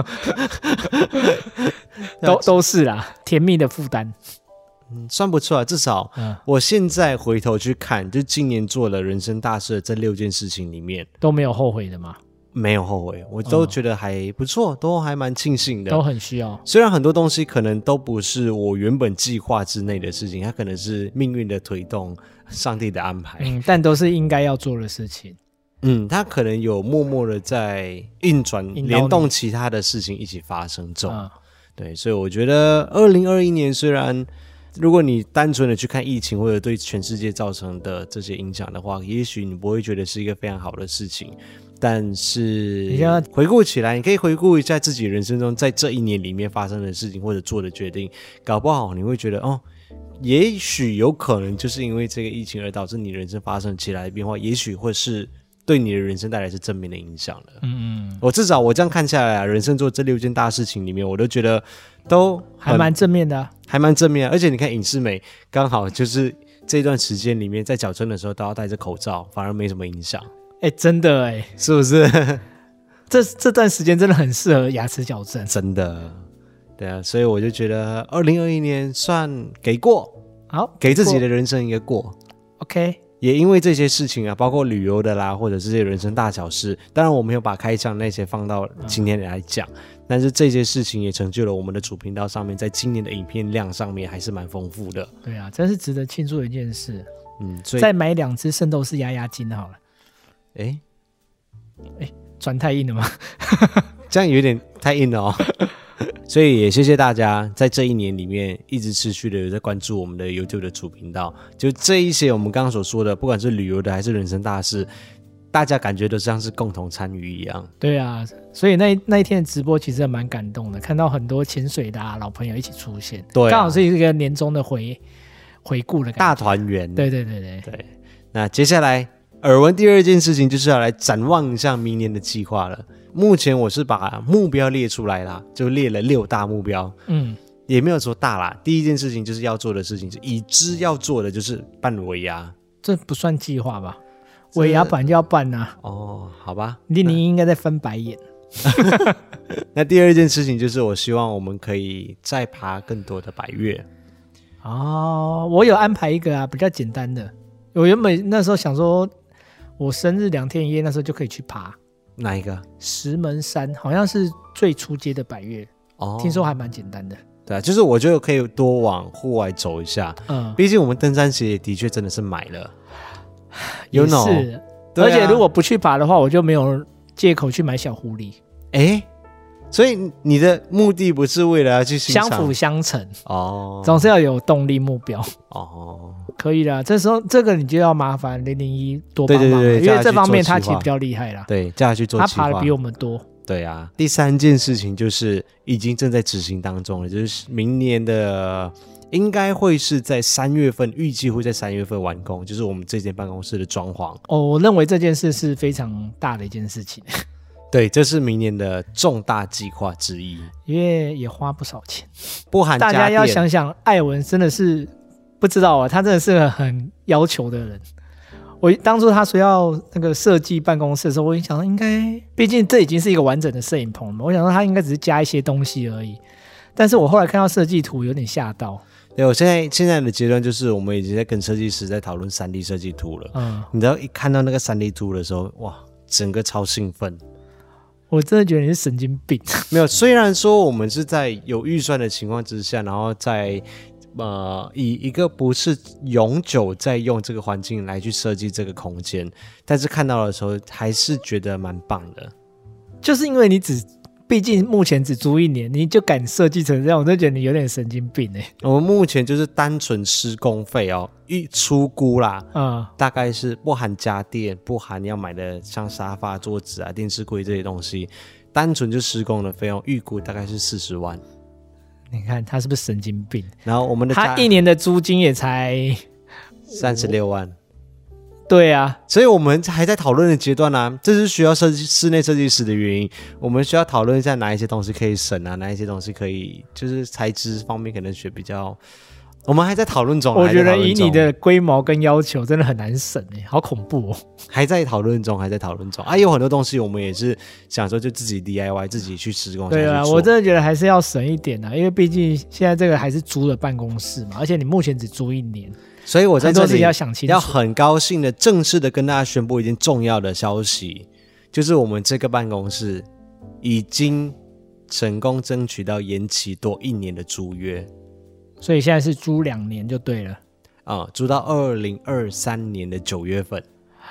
都都是啦，甜蜜的负担。 嗯，算不错啊，至少我现在回头去看，就今年做了人生大事的这六件事情里面， 都没有后悔的吗？ 没有后悔，我都觉得还不错，嗯、都还蛮庆幸的， 都很需要。 虽然很多东西可能都不是我原本计划之内的事情，它可能是命运的推动，上帝的安排， 嗯，但都是应该要做的事情。 嗯，它可能有默默的在运转，联动其他的事情一起发生中。嗯、对，所以我觉得二零二一年虽然如果你单纯的去看疫情或者对全世界造成的这些影响的话，也许你不会觉得是一个非常好的事情，但是回顾起来，你可以回顾一下自己人生中在这一年里面发生的事情或者做的决定，搞不好你会觉得哦，也许有可能就是因为这个疫情而导致你人生发生起来的变化，也许会是对你的人生带来是正面的影响的。 嗯嗯， 我至少我这样看下来啊，人生做这六件大事情里面，我都觉得都还蛮正面的、啊， 还蛮正面的。而且你看影视美刚好就是这段时间里面，在矫正的时候都要戴着口罩，反而没什么影响。 哎、欸，真的哎、欸， 是不是？ 这这段时间真的很适合牙齿矫正， 真的。对啊，所以我就觉得二零二一年算给过， 好， 给自己的人生一个过。 OK。 也因为这些事情啊，包括旅游的啦，或者是这些人生大小事，当然我没有把开箱那些放到今天来讲、嗯，但是这些事情也成就了我们的主频道上面，在今年的影片量上面还是蛮丰富的。 对啊，真是值得庆祝的一件事。 嗯，所以再买两只圣斗士压压惊好了。 哎哎，转太硬了吗？ 这样有点太硬了哦。所以也谢谢大家在这一年里面一直持续的有在关注我们的 YouTube 的主频道，就这一些我们刚刚所说的，不管是旅游的还是人生大事，大家感觉都像是共同参与一样。 对啊，所以那那一天的直播其实蛮感动的，看到很多潜水的、啊、老朋友一起出现，对、啊，刚好是一个年终的回回顾的感觉， 大团圆。 对对对对对。那接下来耳闻第二件事情就是要来展望一下明年的计划了。目前我是把目标列出来啦，就列了六大目标，嗯，也没有说大啦。第一件事情就是要做的事情，是已知要做的就是办尾牙， 这不算计划吧？尾牙本来就要办啊。 哦，好吧， 你你应该在翻白眼。 那第二件事情就是我希望我们可以再爬更多的百岳。 哦，我有安排一个啊，比较简单的。我原本那时候想说，我生日两天一夜那时候就可以去爬。 哪一个？ 石门山好像是最初阶的百岳，哦，听说还蛮简单的。 对啊，就是我觉得可以多往户外走一下。嗯，毕竟我们登山鞋也的确真的是买了， 也是。啊、而且如果不去爬的话，我就没有借口去买小狐狸。 哎，所以你的目的不是为了要去欣赏， 相辅相成哦，总是要有动力目标哦。可以啦，这时候这个你就要麻烦零零一多帮忙，对对对，因为这方面他其实比较厉害啦。 对，叫他去做计划， 他爬的比我们多。 对啊，第三件事情就是已经正在执行当中了，就是明年的应该会是在三月份，预计会在三月份完工，就是我们这间办公室的装潢。 哦，我认为这件事是非常大的一件事情。 对，这是明年的重大计划之一， 因为也花不少钱， 不含家电。 大家要想想，艾文真的是不知道啊，他真的是个很要求的人。我当初他说要那个设计办公室的时候，我想说应该，毕竟这已经是一个完整的摄影棚嘛，我想说他应该只是加一些东西而已。但是我后来看到设计图，有点吓到。 对，我现在现在的阶段就是我们已经在跟设计师在讨论 三 D 设计图了。嗯，你知道一看到那个 三 D 图的时候，哇，整个超兴奋。 我真的觉得你是神经病。 没有，虽然说我们是在有预算的情况之下，然后在呃以一个不是永久在用这个环境来去设计这个空间，但是看到的时候还是觉得蛮棒的。 就是因为你只毕竟目前只租一年，你就敢设计成这样，我就觉得你有点神经病哎、欸。 我们目前就是单纯施工费哦，预初估啦，嗯，大概是不含家电，不含要买的像沙发、桌子啊、电视柜这些东西，单纯就施工的费用，预估大概是四十万。 你看他是不是神经病？ 然后我们的他一年的租金也才三十六万。 对啊， 所以我们还在讨论的阶段啊，这是需要设计室内设计师的原因。我们需要讨论一下哪一些东西可以省啊，哪一些东西可以就是材质方面可能学比较，我们还在讨论中。 我觉得以你的规模跟要求，真的很难省哎，好恐怖哦！ 还在讨论中，还在讨论中啊，有很多东西我们也是想说就自己 D I Y 自己去施工。 对啊，我真的觉得还是要省一点啊，因为毕竟现在这个还是租的办公室嘛，而且你目前只租一年。 所以我在这里要想清楚， 要很高兴的正式的跟大家宣布一件重要的消息，就是我们这个办公室已经成功争取到延期多一年的租约， 所以现在是租两年就对了啊、嗯，租到二零二三年的九月份。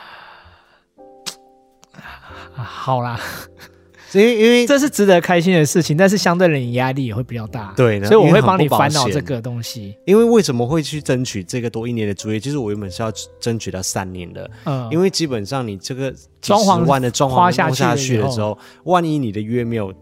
好啦。 因为因为这是值得开心的事情，但是相对的你压力也会比较大。 对， 所以我会帮你烦恼这个东西。 因为为什么会去争取这个多一年的租约？其实我原本是要争取到三年的，嗯，因为基本上你这个几十万的装潢花下去的时候，万一你的约没有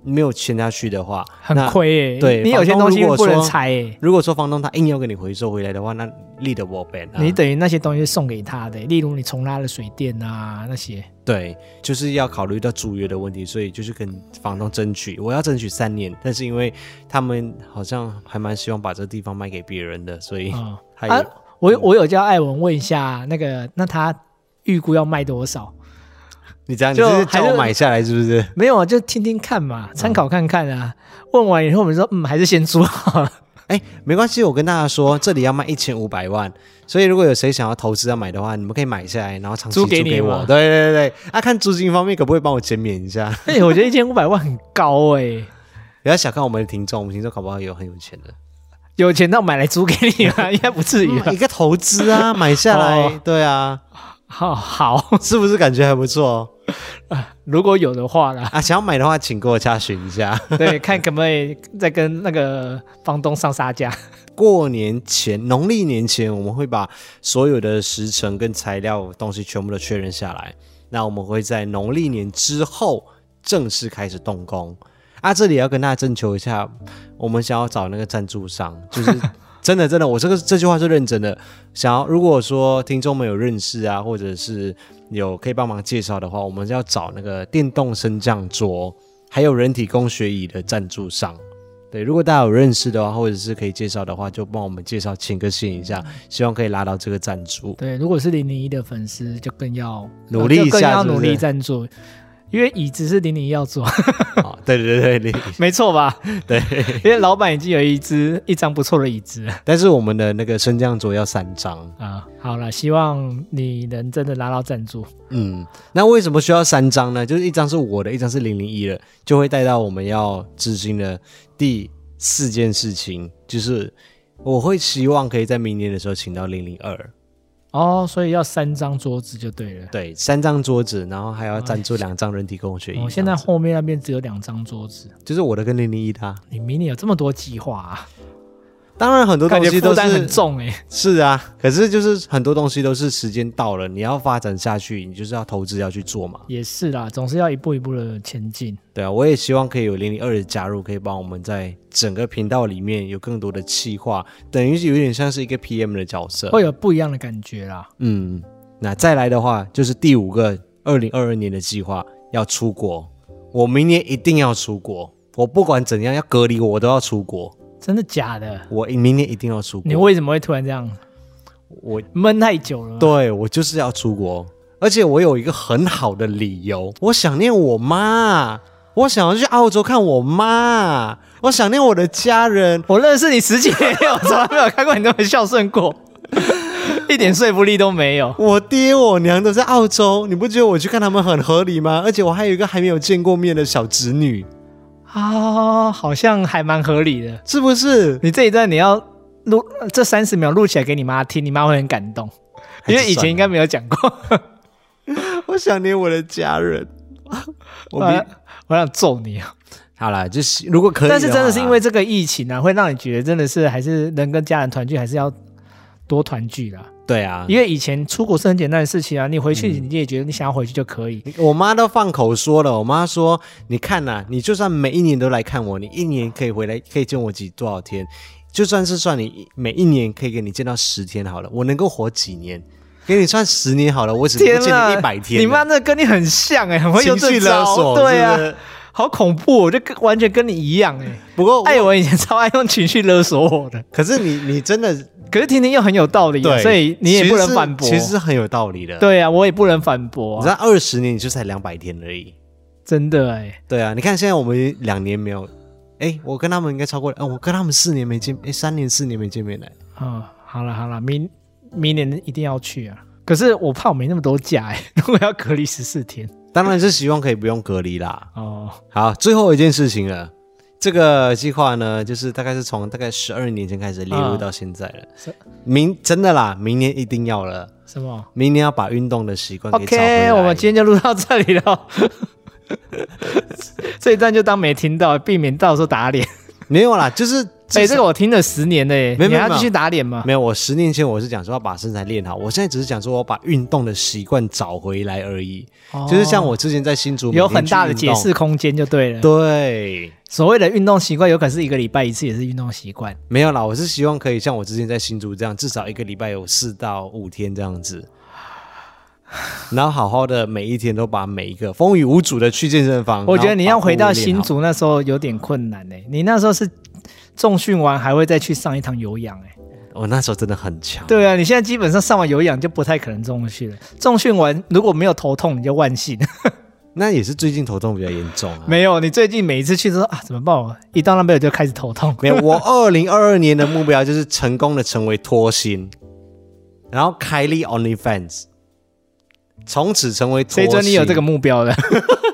没有签下去的话， 很亏耶、欸。 对， 你有些东西不能拆耶、欸。 如果说房东他硬要给你回收回来的话，那立的我本、啊， 你等于那些东西是送给他的、欸，例如你重拉的水电啊那些。 对，就是要考虑到租约的问题，所以就是跟房东争取，我要争取三年，但是因为他们好像还蛮希望把这个地方卖给别人的，所以还有、 嗯啊、我我有叫艾文问一下那个，那他预估要卖多少？ 你这样你是叫我买下来是不是？ 没有啊，就听听看嘛，参考看看啊。嗯、问完以后我们说，嗯，还是先租好了。 哎，没关系，我跟大家说，这里要卖一千五百万，所以如果有谁想要投资要买的话，你们可以买下来，然后长期租给我。 租给你对对对对，啊，看租金方面可不可以帮我减免一下？ 哎、欸，我觉得一千五百万很高哎、欸。 不要小看我们的听众，我们听众搞不好有很有钱的。 有钱到买来租给你吗？应该不至于吧、 嗯。一个投资啊，买下来，哦、对啊。 好好， 是不是感觉还不错？ 如果有的话啦， 啊，想要买的话，请给我查询一下。 对，看可不可以再跟那个房东上杀价。 过年前，农历年前，我们会把所有的时程跟材料东西全部都确认下来。那我们会在农历年之后正式开始动工。啊，这里要跟大家征求一下，我们想要找那个赞助商，就是真的真的，我这个这句话是认真的。想要如果说听众们有认识啊，或者是有可以帮忙介绍的话，我们要找那个电动升降桌，还有人体工学椅的赞助商。对，如果大家有认识的话，或者是可以介绍的话，就帮我们介绍，请个信一下，希望可以拉到这个赞助。 对，如果是零零一的粉丝，就更要努力一下， 更要努力赞助。因为椅子是零零一要做、 哦，对对对对， 没错吧？ 对， 因为老板已经有一只一张不错的椅子， 但是我们的那个升降桌要三张啊。好了，希望你能真的拿到赞助。 嗯，那为什么需要三张呢？就是一张是我的，一张是零零一的，就会带到我们要执行的第四件事情，就是我会希望可以在明年的时候请到零零二。 哦，所以要三张桌子就对了。 对，三张桌子，然后还要赞助两张人体工学椅。 我、哦、现在后面那边只有两张桌子， 就是我的跟零零一的、啊。 你明年有这么多计划啊？ 当然很多东西都是感觉负担很重哎、欸。 是啊，可是就是很多东西都是时间到了，你要发展下去，你就是要投资要去做嘛。 也是啦，总是要一步一步的前进。 对啊，我也希望可以有零零二的加入，可以帮我们在整个频道里面有更多的企划，等于有点像是一个 P M 的角色， 会有不一样的感觉啦。 嗯，那再来的话，就是第五个二零二二年的计划要出国，我明年一定要出国，我不管怎样要隔离，我都要出国。 真的假的？ 我明年一定要出国。 你为什么会突然这样？ 我闷太久了。 对，我就是要出国，而且我有一个很好的理由，我想念我妈，我想要去澳洲看我妈，我想念我的家人。 我认识你十几年，我从来没有看过你那么孝顺过，一点说服力都没有。 我爹我娘都在澳洲，你不觉得我去看他们很合理吗？而且我还有一个还没有见过面的小侄女。 啊、哦，好像还蛮合理的， 是不是？ 你这一段你要录这三十秒录起来给你妈听，你妈会很感动，因为以前应该没有讲过。 我想念我的家人， 我我, 我想揍你啊！ 好啦，就是如果可以， 但是真的是因为这个疫情啊，会让你觉得真的是还是能跟家人团聚，还是要多团聚啦。 对啊， 因为以前出国是很简单的事情啊，你回去你也觉得你想要回去就可以。 嗯、我妈都放口说了，我妈说：“你看啊，你就算每一年都来看我，你一年可以回来，可以见我几多少天？就算是算你每一年可以给你见到十天好了，我能够活几年？给你算十年好了，我只能够见你一百天。 你妈那跟你很像哎、欸，很会用这招， 情绪勒索， 对啊。 是好恐怖、哦，我就完全跟你一样哎、欸。 不过艾文以前超爱用情绪勒索我的， 可是你你真的， 可是婷婷又很有道理、啊，所以你也不能反驳。 其实是很有道理的。 对啊，我也不能反驳、啊。 你知道二十年你就才两百天而已， 真的哎、欸。 对啊，你看现在我们两年没有，哎，我跟他们应该超过，哦，我跟他们四年没见，哎，三年四年没见面了。 嗯，好了好了，明明年一定要去啊。可是我怕我没那么多假哎、欸，如果要隔离十四天。 当然是希望可以不用隔离啦。 哦， 好，最后一件事情了，这个计划呢，就是大概是从大概十二年前开始列入到现在了。嗯、明真的啦，明年一定要了。 什么？ 明年要把运动的习惯给找回来。 OK， 我们今天就录到这里了。这一段就当没听到，避免到时候打脸。 没有啦，就是哎、欸，这个我听了十年了耶， 没有你还要继续打脸吗？ 没有，我十年前我是讲说要把身材练好，我现在只是讲说我把运动的习惯找回来而已。哦、就是像我之前在新竹有很大的解释空间就对了。 对， 所谓的运动习惯有可能是一个礼拜一次也是运动习惯。 没有啦，我是希望可以像我之前在新竹这样，至少一个礼拜有四到五天这样子。然后好好的每一天都把每一个风雨无阻的去健身房。 我觉得你要回到新竹那时候有点困难欸，你那时候是重训完还会再去上一堂有氧欸。 我那时候真的很强。 对啊，你现在基本上上完有氧就不太可能重训了。重训完如果没有头痛你就万幸。 那也是最近头痛比较严重啊。 没有，你最近每一次去都说啊怎么办，我一到那边我就开始头痛。 没有，我二零二二年的目标就是成功的成为脱星，然后开立 OnlyFans， 从此成为脱星。 谁准你有这个目标的？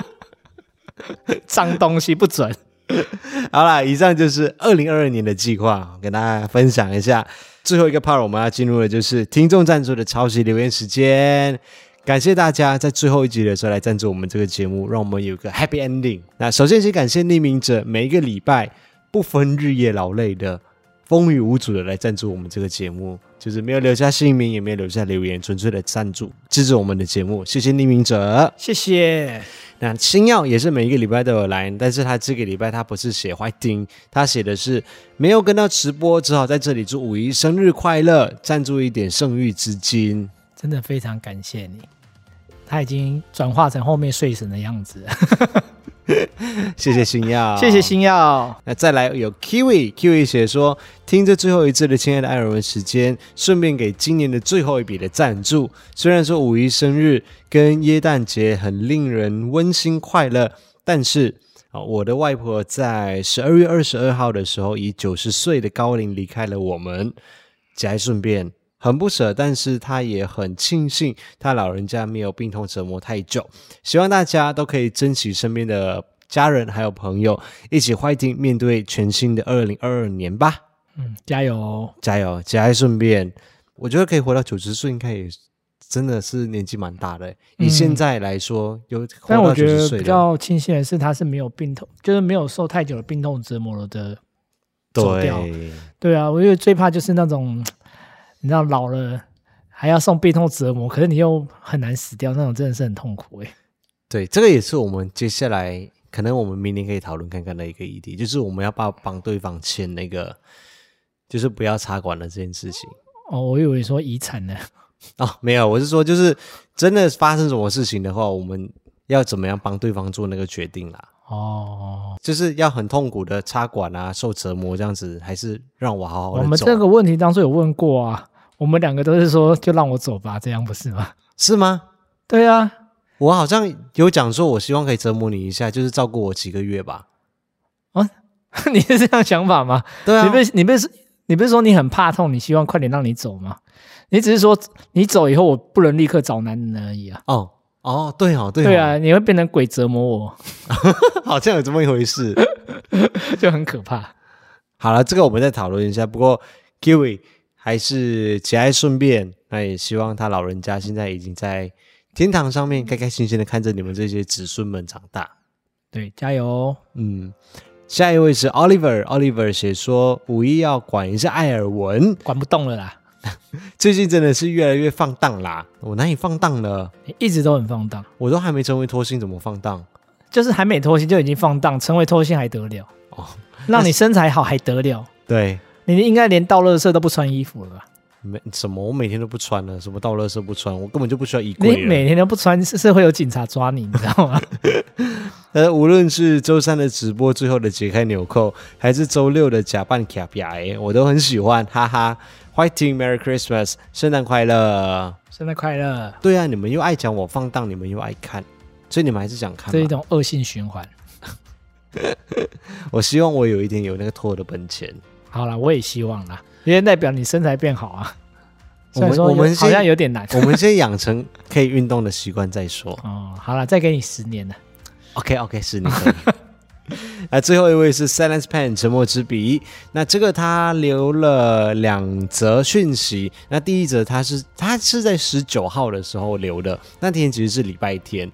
脏东西不准。 好啦，以上就是二零二二年的计划，跟大家分享一下。最后一个 part 我们要进入的就是听众赞助的超级留言时间。感谢大家在最后一集的时候来赞助我们这个节目，让我们有个 happy ending。那首先先感谢匿名者每一个礼拜不分日夜劳累的风雨无阻的来赞助我们这个节目，就是没有留下姓名也没有留下留言，纯粹的赞助支持我们的节目，谢谢匿名者。 谢谢。 那星耀也是每一个礼拜都有来，但是他这个礼拜他不是写坏丁，他写的是没有跟到直播，只好在这里祝五一生日快乐，赞助一点剩余资金。 真的非常感谢你，他已经转化成后面睡神的样子了。 谢谢星耀， 谢谢星耀。 那再来有 Kiwi Kiwi 写说，听着最后一次的亲爱的艾尔文时间，顺便给今年的最后一笔的赞助。虽然说五一生日跟耶诞节很令人温馨快乐，但是我的外婆在十二月二十二号的时候以九十岁的高龄离开了我们，节哀顺变，很不舍，但是他也很庆幸他老人家没有病痛折磨太久。希望大家都可以珍惜身边的家人还有朋友，一起 fighting 面对全新的二零二二年吧。 嗯，加油加油，节哀顺变。我觉得可以活到九十岁应该也真的是年纪蛮大的、嗯、以现在来说有活到九十岁的。但我觉得比较庆幸的是他是没有病痛，就是没有受太久的病痛折磨了的走掉。对对啊，我觉得最怕就是那种你知道老了还要受病痛折磨，可是你又很难死掉，那种真的是很痛苦、欸、 对，这个也是我们接下来可能我们明年可以讨论看看的一个议题，就是我们要帮帮对方签那个就是不要插管的这件事情。 哦，我以为说遗产呢。 哦，没有，我是说就是真的发生什么事情的话，我们要怎么样帮对方做那个决定啦。哦，就是要很痛苦的插管啊，受折磨这样子，还是让我好好的走。 我们这个问题当初有问过啊，我们两个都是说就让我走吧，这样不是吗？ 是吗？ 对啊， 我好像有讲说我希望可以折磨你一下，就是照顾我几个月吧。 哦，你是这样想法吗？ 对啊， 你不是你不是你不是说你很怕痛，你希望快点让你走吗？你只是说你走以后我不能立刻找男人而已啊。 哦哦，对哦对哦， 对啊，你会变成鬼折磨我。 好像有这么一回事。 就很可怕。 好了，这个我们再讨论一下。不过 Kiwi 还是节哀顺变，那也希望他老人家现在已经在天堂上面开开心心的看着你们这些子孙们长大。 对，加油。 嗯，下一位是 Oliver Oliver 写说五一要管一下艾尔文， 管不动了啦。 最近真的是越来越放荡啦，我哪里放荡了？ 一直都很放荡， 我都还没成为脱星怎么放荡？ 就是还没脱星就已经放荡，成为脱星还得了？哦，让你身材好还得了？ 对， 你应该连倒垃圾都不穿衣服了吧？ 没什么，我每天都不穿了，什么倒垃圾不穿，我根本就不需要衣柜了。 你每天都不穿，是会有警察抓你，你知道吗？ 呃，无论是周三的直播最后的解开纽扣，还是周六的假扮卡比埃，我都很喜欢，哈哈。Fighting Merry Christmas， 圣诞快乐， 圣诞快乐。对啊，你们又爱讲我放荡，你们又爱看，所以你们还是想看。 这一种恶性循环。 我希望我有一天有那个脱的本钱。 好啦，我也希望啦，因为代表你身材变好啊。 我们我们好像有点难。 我们先养成可以运动的习惯再说。 哦，好啦，再给你十年了。 OK OK， 十年可以。那最后一位是 Silence Pen 沉默之笔，那这个他留了两则讯息，那第一则他是他是在十九号的时候留的，那天其实是礼拜天，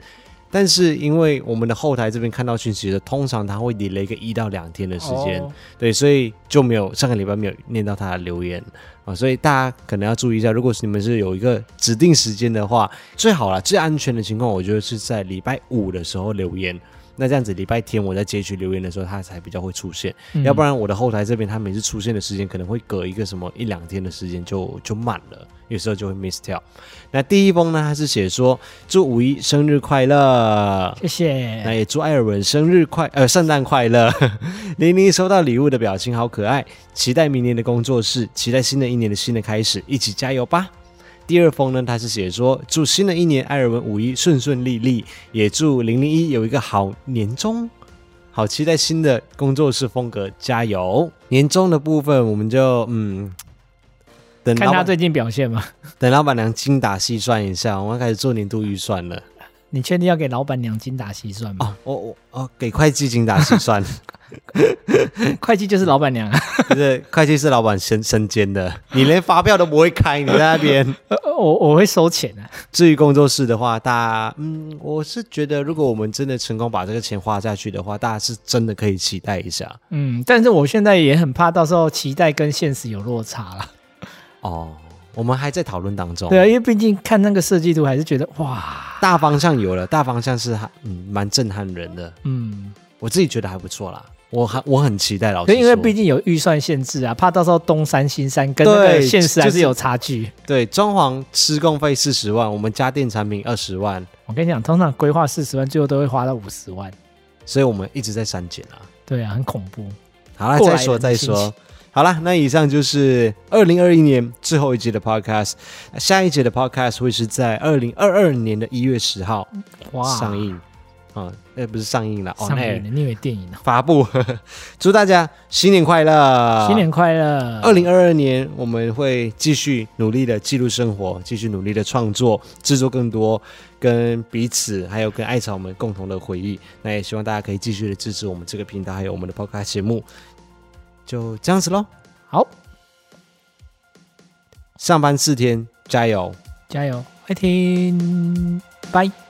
但是因为我们的后台这边看到讯息的，通常它会 delay 一个一到两天的时间， 哦对，所以就没有上个礼拜没有念到他的留言啊，所以大家可能要注意一下，如果是你们是有一个指定时间的话，最好啦，最安全的情况，我觉得是在礼拜五的时候留言。那这样子礼拜天我在截取留言的时候，它才比较会出现，嗯、要不然我的后台这边它每次出现的时间可能会隔一个什么一两天的时间就就慢了，有时候就会 miss 掉。那第一封呢，他是写说祝五一生日快乐， 谢谢。 那也祝艾尔文生日快呃圣诞快乐。玲玲收到礼物的表情好可爱，期待明年的工作室，期待新的一年的新的开始，一起加油吧。第二封呢，他是写说祝新的一年艾尔文五一顺顺利利，也祝零零一有一个好年终，好期待新的工作室风格，加油。年终的部分我们就嗯，等看他最近表现嘛， 等老板娘精打细算一下，我们要开始做年度预算了。 你确定要给老板娘精打细算吗？ 哦，我我哦，给会计精打细算。 会计就是老板娘啊， 不是，会计是老板身身兼的，你连发票都不会开，你在那边。 我我会收钱啊。 至于工作室的话，大家嗯，我是觉得如果我们真的成功把这个钱花下去的话，大家是真的可以期待一下。 嗯，但是我现在也很怕到时候期待跟现实有落差了。 哦，我们还在讨论当中。 对啊，因为毕竟看那个设计图，还是觉得哇， 大方向有了，大方向是嗯蛮震撼人的。 嗯， 我自己觉得还不错啦。我很我很期待老师说， 因为毕竟有预算限制啊，怕到时候东山新山跟那个现实还是有差距。 就是、对，装潢施工费四十万，我们家电产品二十万。 我跟你讲，通常规划四十万，最后都会花到五十万， 所以我们一直在删减啊。 对啊，很恐怖。 好了，再说再说。好啦，那以上就是二零二一年最后一集的 podcast， 下一集的 podcast 会是在二零二二年的一月十号上映。啊、呃，不是上映了， 上映的，你以为电影呢？ 发布，祝大家新年快乐！ 新年快乐！ 二零二二年我们会继续努力的记录生活，继续努力的创作，制作更多跟彼此还有跟艾草们共同的回忆。那也希望大家可以继续的支持我们这个频道，还有我们的 podcast 节目。就这样子咯。 好， 上班四天，加油， 加油，快听，拜。